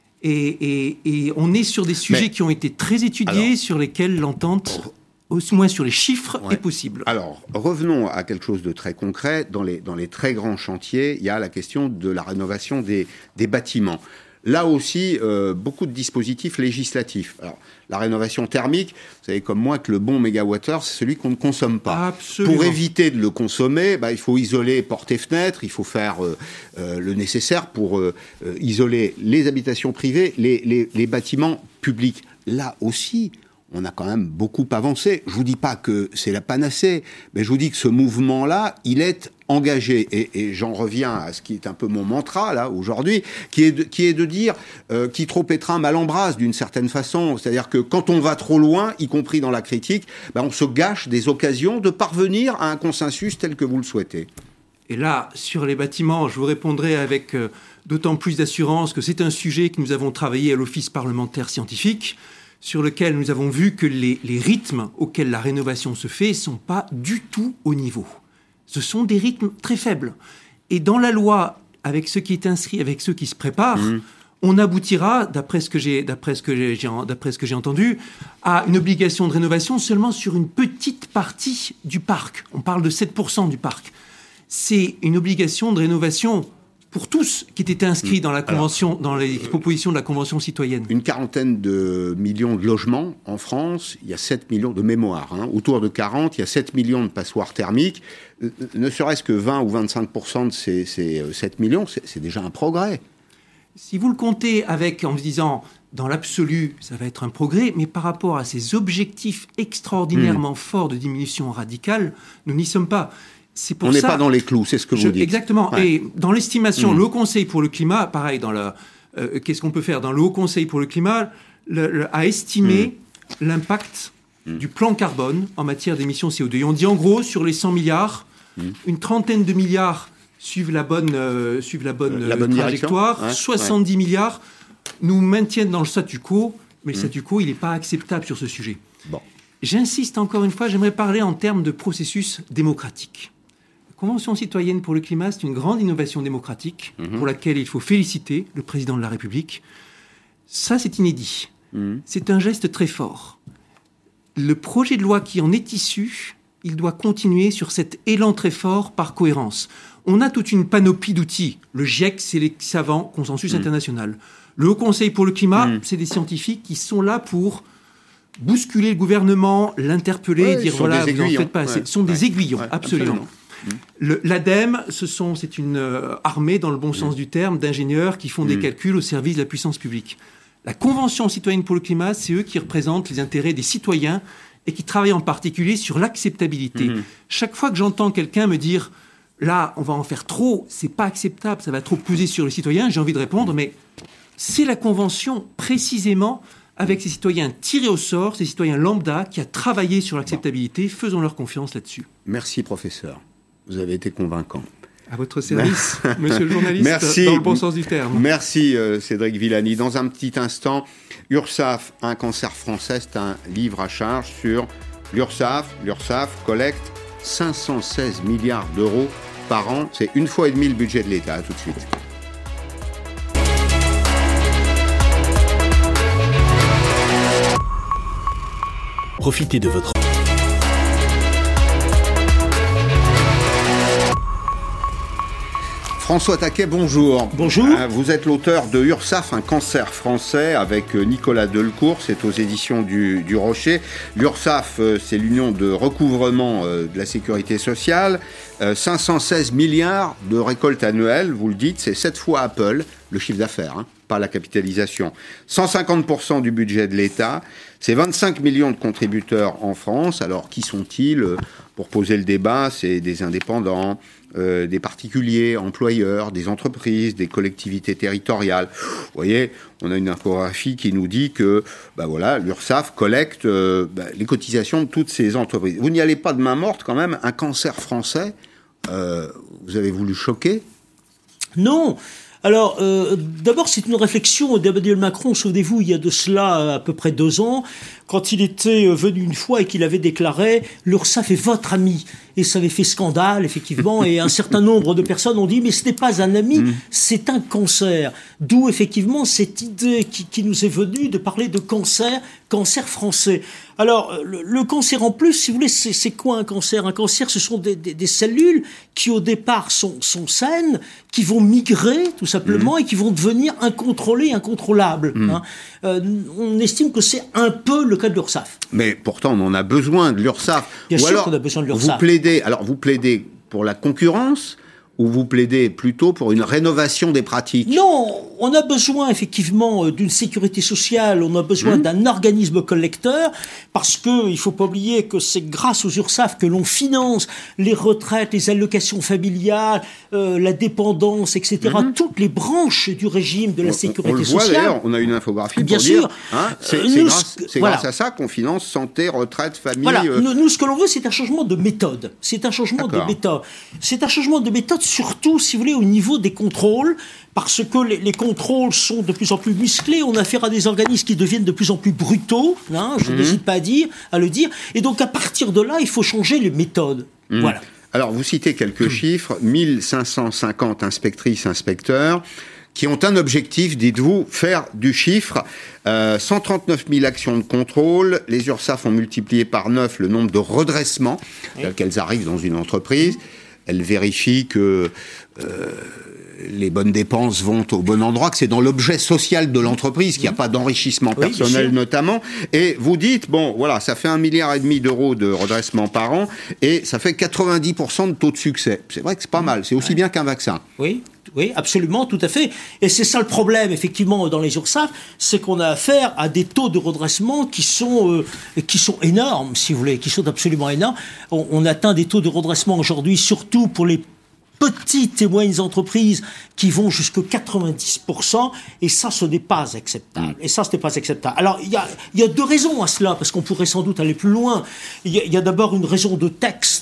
Et on est sur des sujets qui ont été très étudiés, sur lesquels l'entente... au moins sur les chiffres, est possible. Alors, revenons à quelque chose de très concret. Dans les très grands chantiers, il y a la question de la rénovation des bâtiments. Là aussi, beaucoup de dispositifs législatifs. Alors, la rénovation thermique, vous savez comme moi que le bon mégawattheure, c'est celui qu'on ne consomme pas. Absolument. Pour éviter de le consommer, il faut isoler portes et fenêtres, il faut faire le nécessaire pour isoler les habitations privées, les bâtiments publics. Là aussi, on a quand même beaucoup avancé. Je vous dis pas que c'est la panacée, mais je vous dis que ce mouvement-là, il est engagé. Et j'en reviens à ce qui est un peu mon mantra, là, aujourd'hui, qui est de dire qui trop étreint mal embrasse, d'une certaine façon. C'est-à-dire que quand on va trop loin, y compris dans la critique, on se gâche des occasions de parvenir à un consensus tel que vous le souhaitez. Et là, sur les bâtiments, je vous répondrai avec d'autant plus d'assurance que c'est un sujet que nous avons travaillé à l'Office parlementaire scientifique, sur lequel nous avons vu que les rythmes auxquels la rénovation se fait ne sont pas du tout au niveau. Ce sont des rythmes très faibles. Et dans la loi, avec ce qui est inscrit, avec ceux qui se préparent, on aboutira, d'après ce que j'ai entendu, à une obligation de rénovation seulement sur une petite partie du parc. On parle de 7% du parc. C'est une obligation de rénovation pour tous qui étaient inscrits dans la convention, dans les propositions de la Convention citoyenne. Une quarantaine de millions de logements en France, il y a 7 millions de mémoires. Autour de 40, il y a 7 millions de passoires thermiques. Ne serait-ce que 20 ou 25% de ces 7 millions, c'est déjà un progrès. Si vous le comptez en vous disant, dans l'absolu, ça va être un progrès, mais par rapport à ces objectifs extraordinairement forts de diminution radicale, nous n'y sommes pas. On n'est pas dans les clous, c'est ce que vous dites. Exactement. Ouais. Et dans l'estimation, le Haut Conseil pour le climat, pareil, qu'est-ce qu'on peut faire ? Dans le Haut Conseil pour le climat, a estimé l'impact du plan carbone en matière d'émissions CO2. Et on dit en gros, sur les 100 milliards, une trentaine de milliards suivent la bonne trajectoire. Ouais, 70 milliards nous maintiennent dans le statu quo, mais le statu quo, il n'est pas acceptable sur ce sujet. Bon. J'insiste encore une fois, j'aimerais parler en termes de processus démocratique. La Convention citoyenne pour le climat, c'est une grande innovation démocratique pour laquelle il faut féliciter le président de la République. Ça, c'est inédit. C'est un geste très fort. Le projet de loi qui en est issu, il doit continuer sur cet élan très fort par cohérence. On a toute une panoplie d'outils. Le GIEC, c'est les savants, consensus international. Le Haut Conseil pour le climat, c'est des scientifiques qui sont là pour bousculer le gouvernement, l'interpeller, dire voilà, vous n'en faites pas assez. Ce sont des aiguillons, absolument. L'ADEME, c'est une armée, dans le bon sens du terme, d'ingénieurs qui font des calculs au service de la puissance publique. La Convention citoyenne pour le climat, c'est eux qui représentent les intérêts des citoyens et qui travaillent en particulier sur l'acceptabilité. Chaque fois que j'entends quelqu'un me dire « là, on va en faire trop, c'est pas acceptable, ça va trop peser sur les citoyens », j'ai envie de répondre « mais c'est la Convention, précisément, avec ces citoyens tirés au sort, ces citoyens lambda, qui a travaillé sur l'acceptabilité. Faisons-leur confiance là-dessus. » Merci, professeur. Vous avez été convaincant. À votre service, monsieur le journaliste, Merci. dans le bon sens du terme. Merci, Cédric Villani. Dans un petit instant, URSAF, un cancer français, c'est un livre à charge sur l'URSAF. L'URSAF collecte 516 milliards d'euros par an. C'est 1,5 fois le budget de l'État. À tout de suite. Profitez de votre... François Taquet, bonjour. Bonjour. Vous êtes l'auteur de URSAF, un cancer français, avec Nicolas Delcourt, c'est aux éditions du Rocher. L'URSAF, c'est l'union de recouvrement de la sécurité sociale. 516 milliards de récolte annuelle, vous le dites, c'est 7 fois Apple, le chiffre d'affaires, pas la capitalisation. 150% du budget de l'État, c'est 25 millions de contributeurs en France. Alors, qui sont-ils? Pour poser le débat, c'est des indépendants, des particuliers, employeurs, des entreprises, des collectivités territoriales. Vous voyez, on a une infographie qui nous dit que l'URSSAF collecte les cotisations de toutes ces entreprises. Vous n'y allez pas de main morte quand même, un cancer français, vous avez voulu choquer? Non. Alors, d'abord, c'est une réflexion d'Emmanuel Macron, souvenez-vous, il y a de cela à peu près 2 ans, quand il était venu une fois et qu'il avait déclaré « l'URSSAF est votre ami ». Et ça avait fait scandale, effectivement, et un certain nombre de personnes ont dit « mais ce n'est pas un ami, c'est un cancer ». D'où, effectivement, cette idée qui nous est venue de parler de cancer français. Alors, le cancer en plus, si vous voulez, c'est quoi un cancer? Un cancer, ce sont des cellules qui, au départ, sont saines, qui vont migrer, tout simplement, et qui vont devenir incontrôlées, incontrôlables. On estime que c'est un peu le cas de l'URSSAF. Mais pourtant, on en a besoin de l'URSSAF. Bien sûr qu'on a besoin de l'URSSAF. Vous plaidez pour la concurrence ou vous plaidez plutôt pour une rénovation des pratiques? Non, on a besoin effectivement d'une sécurité sociale, on a besoin d'un organisme collecteur, parce que il faut pas oublier que c'est grâce aux URSSAF que l'on finance les retraites, les allocations familiales, la dépendance, etc. Toutes les branches du régime de la sécurité sociale. On le voit d'ailleurs, on a une infographie bien pour sûr. Dire, c'est grâce à ça qu'on finance santé, retraite, famille. Voilà, nous ce que l'on veut, c'est un changement de méthode. C'est un changement de méthode. C'est un changement de méthode surtout, si vous voulez, au niveau des contrôles, parce que les contrôles sont de plus en plus musclés, on a affaire à des organismes qui deviennent de plus en plus brutaux, je n'hésite pas à le dire, et donc à partir de là, il faut changer les méthodes. Voilà. Alors, vous citez quelques chiffres, 1550 inspectrices, inspecteurs, qui ont un objectif, dites-vous, faire du chiffre. 139 000 actions de contrôle. Les URSSAF ont multiplié par 9 le nombre de redressements, tels qu'elles arrivent dans une entreprise. Elles vérifient que les bonnes dépenses vont au bon endroit, que c'est dans l'objet social de l'entreprise, qu'il n'y a pas d'enrichissement personnel notamment. Et vous dites, ça fait 1,5 milliard d'euros de redressement par an, et ça fait 90% de taux de succès. C'est vrai que c'est pas mal, c'est aussi bien qu'un vaccin. Oui, absolument, tout à fait. Et c'est ça le problème, effectivement, dans les URSSAF, c'est qu'on a affaire à des taux de redressement qui sont énormes, si vous voulez, qui sont absolument énormes. On atteint des taux de redressement aujourd'hui, surtout pour les petites et moyennes entreprises qui vont jusqu'à 90%, et ça, ce n'est pas acceptable. Alors, il y a 2 raisons à cela, parce qu'on pourrait sans doute aller plus loin. Il y a d'abord une raison de texte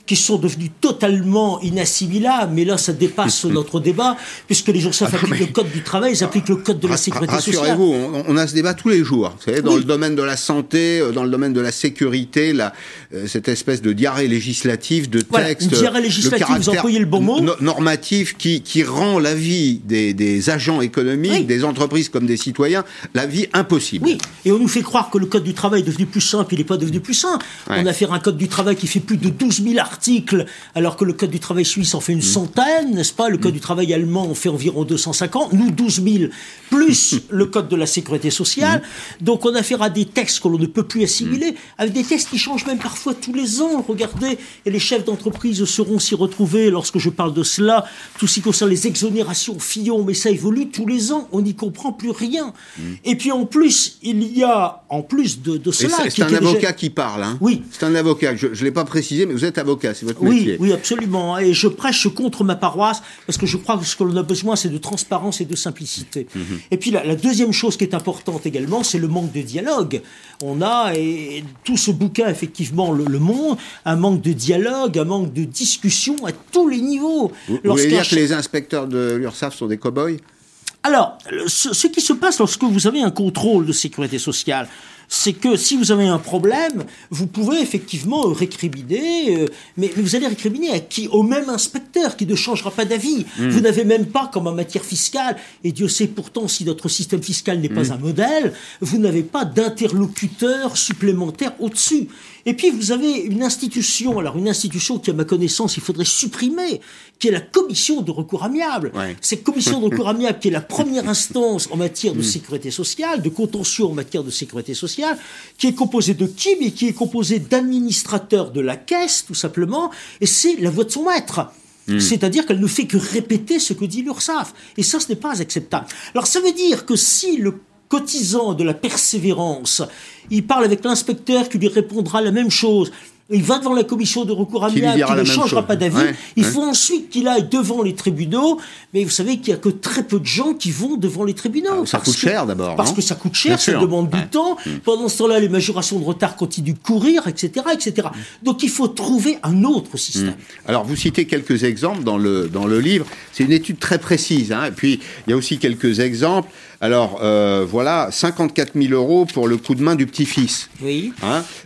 qui sont devenus totalement inassimilables, mais là, ça dépasse notre débat, puisque les URSSAF appliquent le Code du travail, ils appliquent le Code de la sécurité sociale. Rassurez-vous, on a ce débat tous les jours. Vous savez, dans le domaine de la santé, dans le domaine de la sécurité, cette espèce de diarrhée législative, de texte, une diarrhée législative, vous employez le bon mot, normatif qui rend la vie des agents économiques, des entreprises comme des citoyens, la vie impossible. Oui, et on nous fait croire que le Code du travail est devenu plus simple, il n'est pas devenu plus simple. On a fait un Code du travail qui fait plus de 12 000 articles, alors que le Code du travail suisse en fait une centaine, n'est-ce pas? Le Code du travail allemand en fait environ 250, nous 12 000, plus le Code de la sécurité sociale. Donc on a affaire à des textes que l'on ne peut plus assimiler, avec des textes qui changent même parfois tous les ans. Regardez, et les chefs d'entreprise sauront s'y retrouver lorsque je parle de cela, tout ce qui concerne les exonérations Fillon, mais ça évolue tous les ans, on n'y comprend plus rien. Et puis en plus, il y a, en plus de cela... C'est un avocat qui parle, hein? Oui. C'est un avocat, je ne l'ai pas précisé, mais vous êtes avocat, c'est votre métier. Oui, absolument, et je prêche contre ma paroisse, parce que je crois que ce que l'on a besoin, c'est de transparence et de simplicité. Et puis la deuxième chose qui est importante également, c'est le manque de dialogue. On a, et tout ce bouquin, effectivement, le montre, un manque de dialogue, un manque de discussion à tous les niveaux. Vous voulez dire que les inspecteurs de l'URSSAF sont des cow-boys? Alors, ce qui se passe lorsque vous avez un contrôle de sécurité sociale, c'est que si vous avez un problème, vous pouvez effectivement récriminer, mais vous allez récriminer à qui? Au même inspecteur qui ne changera pas d'avis. Vous n'avez même pas, comme en matière fiscale, et Dieu sait pourtant si notre système fiscal n'est pas un modèle, vous n'avez pas d'interlocuteur supplémentaire au-dessus. Et puis vous avez une institution, alors une institution qui à ma connaissance il faudrait supprimer, qui est la commission de recours amiable. Cette commission de recours amiable qui est la première instance en matière de sécurité sociale, de contentieux en matière de sécurité sociale, qui est composée de qui? Mais qui est composée d'administrateurs de la caisse, tout simplement, et c'est la voix de son maître. C'est-à-dire qu'elle ne fait que répéter ce que dit l'URSSAF. Et ça, ce n'est pas acceptable. Alors ça veut dire que si le cotisant de la persévérance, il parle avec l'inspecteur qui lui répondra la même chose, il va devant la commission de recours amiable qui ne changera pas d'avis, il faut ensuite qu'il aille devant les tribunaux, mais vous savez qu'il n'y a que très peu de gens qui vont devant les tribunaux. Ça coûte cher d'abord. Parce que ça coûte cher, ça demande du temps, pendant ce temps-là les majorations de retard continuent de courir, etc. etc. Donc il faut trouver un autre système. Alors vous citez quelques exemples dans le livre, c'est une étude très précise, et puis il y a aussi quelques exemples. Alors, voilà, 54 000 € pour le coup de main du petit-fils. Oui.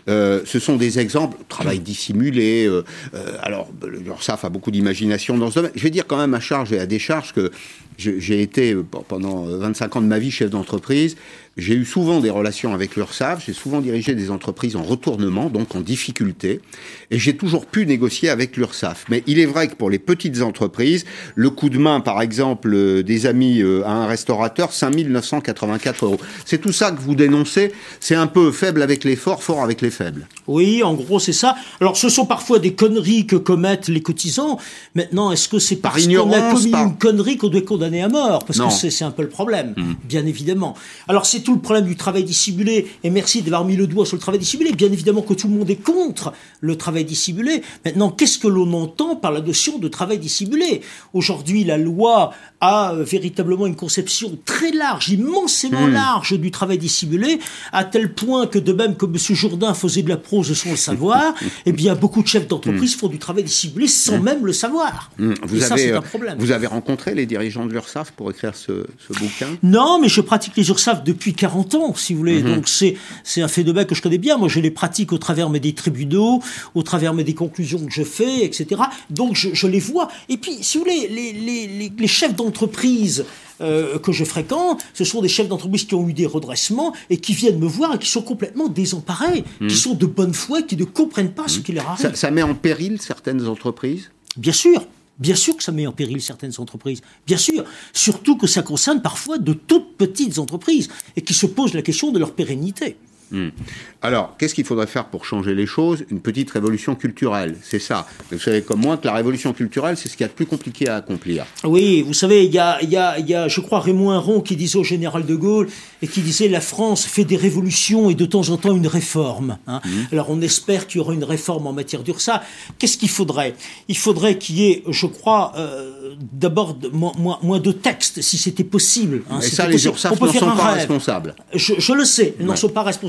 Ce sont des exemples, travail dissimulé. Alors, l'URSSAF a beaucoup d'imagination dans ce domaine. Je vais dire quand même à charge et à décharge que j'ai été, pendant 25 ans de ma vie, chef d'entreprise. J'ai eu souvent des relations avec l'URSSAF, j'ai souvent dirigé des entreprises en retournement, donc en difficulté, et j'ai toujours pu négocier avec l'URSSAF. Mais il est vrai que pour les petites entreprises, le coup de main, par exemple, des amis à un restaurateur, 5 984 €. C'est tout ça que vous dénoncez, c'est un peu faible avec les forts, fort avec les faibles. Oui, en gros, c'est ça. Alors, ce sont parfois des conneries que commettent les cotisants. Maintenant, est-ce que c'est parce qu'on a commis une connerie qu'on doit condamner à mort? Parce que c'est un peu le problème, bien évidemment. Alors, c'est tout le problème du travail dissimulé, et merci d'avoir mis le doigt sur le travail dissimulé. Bien évidemment que tout le monde est contre le travail dissimulé. Maintenant, qu'est-ce que l'on entend par la notion de travail dissimulé? Aujourd'hui, la loi a véritablement une conception très large, immensément large du travail dissimulé, à tel point que de même que M. Jourdain faisait de la prose sans le savoir, eh bien, beaucoup de chefs d'entreprise font du travail dissimulé sans même le savoir. Et ça, c'est un problème. Vous avez rencontré les dirigeants de l'URSSAF pour écrire ce bouquin? Non, mais je pratique les URSSAF depuis 40 ans, si vous voulez. Donc, c'est un phénomène que je connais bien. Moi, je les pratique au travers des tribunaux, au travers des conclusions que je fais, etc. Donc, je les vois. Et puis, si vous voulez, les chefs d'entreprise que je fréquente, ce sont des chefs d'entreprise qui ont eu des redressements et qui viennent me voir et qui sont complètement désemparés, qui sont de bonne foi, qui ne comprennent pas ce qui leur arrive. Ça met en péril certaines entreprises? Bien sûr. Bien sûr que ça met en péril certaines entreprises. Bien sûr. Surtout que ça concerne parfois de toutes petites entreprises et qui se posent la question de leur pérennité. Alors, qu'est-ce qu'il faudrait faire pour changer les choses? Une petite révolution culturelle, c'est ça. Mais vous savez comme moi que la révolution culturelle, c'est ce qu'il y a de plus compliqué à accomplir. Oui, vous savez, il y a, je crois, Raymond Aron qui disait au général de Gaulle, et qui disait « La France fait des révolutions et de temps en temps une réforme ». Alors, on espère qu'il y aura une réforme en matière d'URSSAF. Qu'est-ce qu'il faudrait? Il faudrait qu'il y ait, je crois, d'abord moins de textes, si c'était possible. Et ça, les URSSAF n'en sont pas responsables. Je le sais, ils n'en sont pas responsables.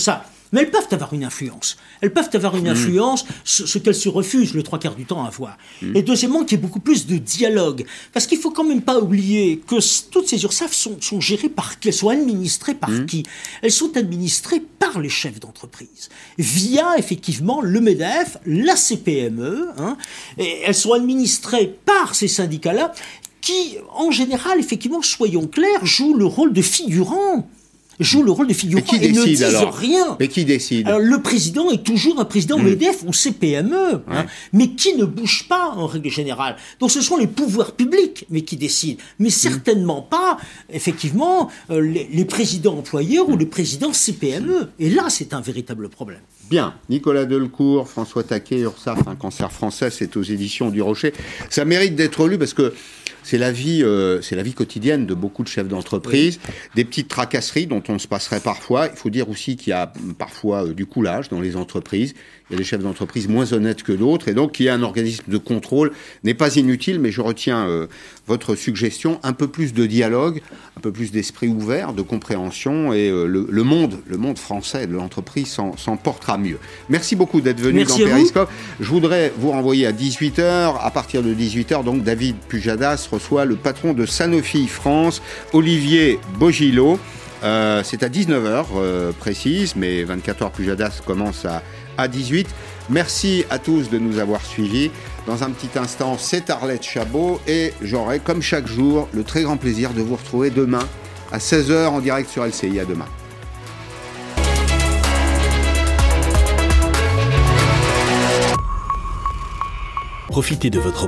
Mais elles peuvent avoir une influence. Elles peuvent avoir une influence, ce qu'elles se refusent le 3/4 du temps à avoir. Et deuxièmement, qu'il y ait beaucoup plus de dialogue. Parce qu'il ne faut quand même pas oublier que toutes ces URSSAF sont gérées par qui? Elles sont administrées par qui? Elles sont administrées par les chefs d'entreprise, via effectivement le MEDEF, la CPME, et elles sont administrées par ces syndicats-là qui, en général, effectivement, soyons clairs, jouent le rôle de figurants. Et ne disent rien. Mais qui décide? Alors, le président est toujours un président MEDEF ou CPME, mais qui ne bouge pas en règle générale. Donc ce sont les pouvoirs publics qui décident, mais certainement pas, effectivement, les présidents employeurs ou les présidents CPME. Et là, c'est un véritable problème. Bien, Nicolas Delcourt, François Taquet, URSSAF, un cancer français, c'est aux éditions du Rocher. Ça mérite d'être lu parce que c'est la vie quotidienne de beaucoup de chefs d'entreprise, des petites tracasseries dont on se passerait parfois. Il faut dire aussi qu'il y a parfois du coulage dans les entreprises. Il y a des chefs d'entreprise moins honnêtes que d'autres, et donc qu'il y ait un organisme de contrôle n'est pas inutile, mais je retiens votre suggestion, un peu plus de dialogue, un peu plus d'esprit ouvert, de compréhension, et le monde français de l'entreprise s'en portera mieux. Merci beaucoup d'être venu dans Périscope. Je voudrais vous renvoyer à 18h. À partir de 18h, donc, David Pujadas reçoit le patron de Sanofi France, Olivier Bogilot. C'est à 19h précise, mais 24h Pujadas commence à 18. Merci à tous de nous avoir suivis. Dans un petit instant, c'est Arlette Chabot et j'aurai, comme chaque jour, le très grand plaisir de vous retrouver demain à 16h en direct sur LCI. À demain. Profitez de votre